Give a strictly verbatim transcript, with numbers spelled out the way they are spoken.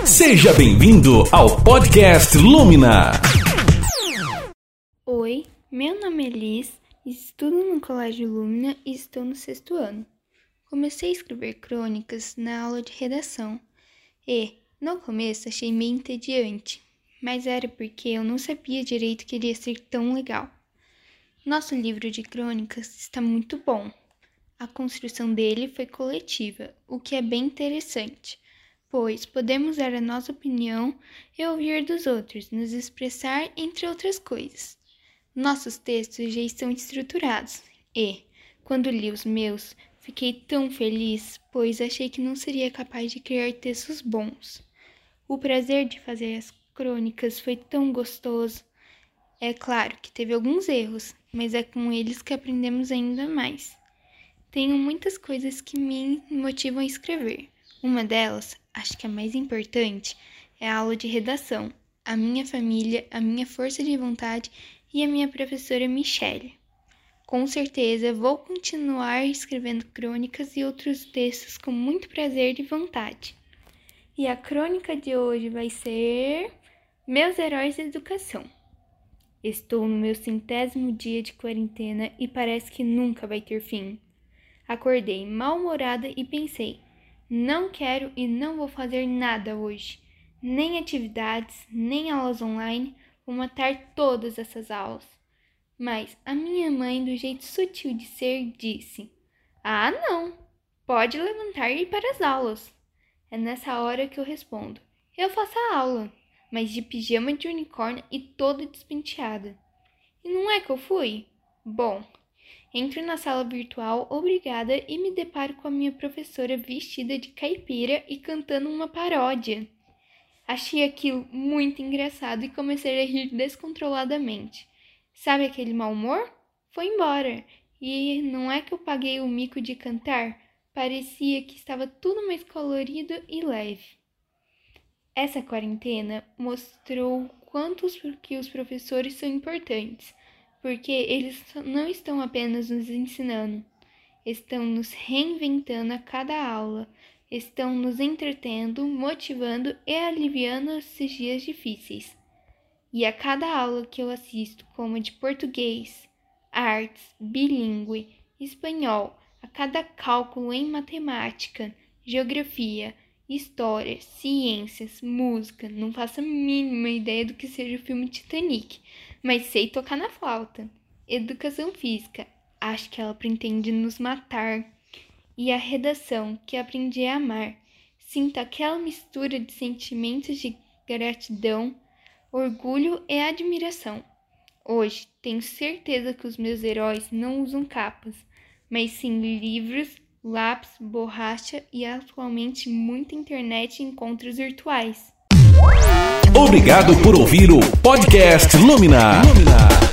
Seja bem-vindo ao podcast Lumina. Oi, meu nome é Liz, estudo no Colégio Lumina e estou no sexto ano. Comecei a escrever crônicas na aula de redação e, no começo, achei meio entediante, mas era porque eu não sabia direito que iria ser tão legal. Nosso livro de crônicas está muito bom. A construção dele foi coletiva, o que é bem interessante, pois podemos dar a nossa opinião e ouvir dos outros, nos expressar, entre outras coisas. Nossos textos já estão estruturados e, quando li os meus, fiquei tão feliz, pois achei que não seria capaz de criar textos bons. O prazer de fazer as crônicas foi tão gostoso. É claro que teve alguns erros, mas é com eles que aprendemos ainda mais. Tenho muitas coisas que me motivam a escrever. Uma delas, acho que a mais importante, é a aula de redação, a minha família, a minha força de vontade e a minha professora Michelle. Com certeza vou continuar escrevendo crônicas e outros textos com muito prazer e vontade. E a crônica de hoje vai ser Meus Heróis da Educação. Estou no meu centésimo dia de quarentena e parece que nunca vai ter fim. Acordei mal-humorada e pensei, não quero e não vou fazer nada hoje. Nem atividades, nem aulas online, vou matar todas essas aulas. Mas a minha mãe, do jeito sutil de ser, disse, ah não, pode levantar e ir para as aulas. É nessa hora que eu respondo, eu faço a aula, mas de pijama de unicórnio e toda despenteada. E não é que eu fui? Bom, entro na sala virtual obrigada e me deparo com a minha professora vestida de caipira e cantando uma paródia. Achei aquilo muito engraçado e comecei a rir descontroladamente. Sabe aquele mau humor? Foi embora. E não é que eu paguei o mico de cantar? Parecia que estava tudo mais colorido e leve. Essa quarentena mostrou quanto que os professores são importantes. Porque eles não estão apenas nos ensinando, estão nos reinventando a cada aula, estão nos entretendo, motivando e aliviando esses dias difíceis. E a cada aula que eu assisto, como de português, artes, bilíngue, espanhol, a cada cálculo em matemática, geografia, história, ciências, música, não faço a mínima ideia do que seja o filme Titanic, mas sei tocar na flauta. Educação física, acho que ela pretende nos matar. E a redação, que aprendi a amar. Sinto aquela mistura de sentimentos de gratidão, orgulho e admiração. Hoje, tenho certeza que os meus heróis não usam capas, mas sim livros, lápis, borracha e atualmente muita internet e encontros virtuais. Obrigado por ouvir o podcast Lumina. Lumina.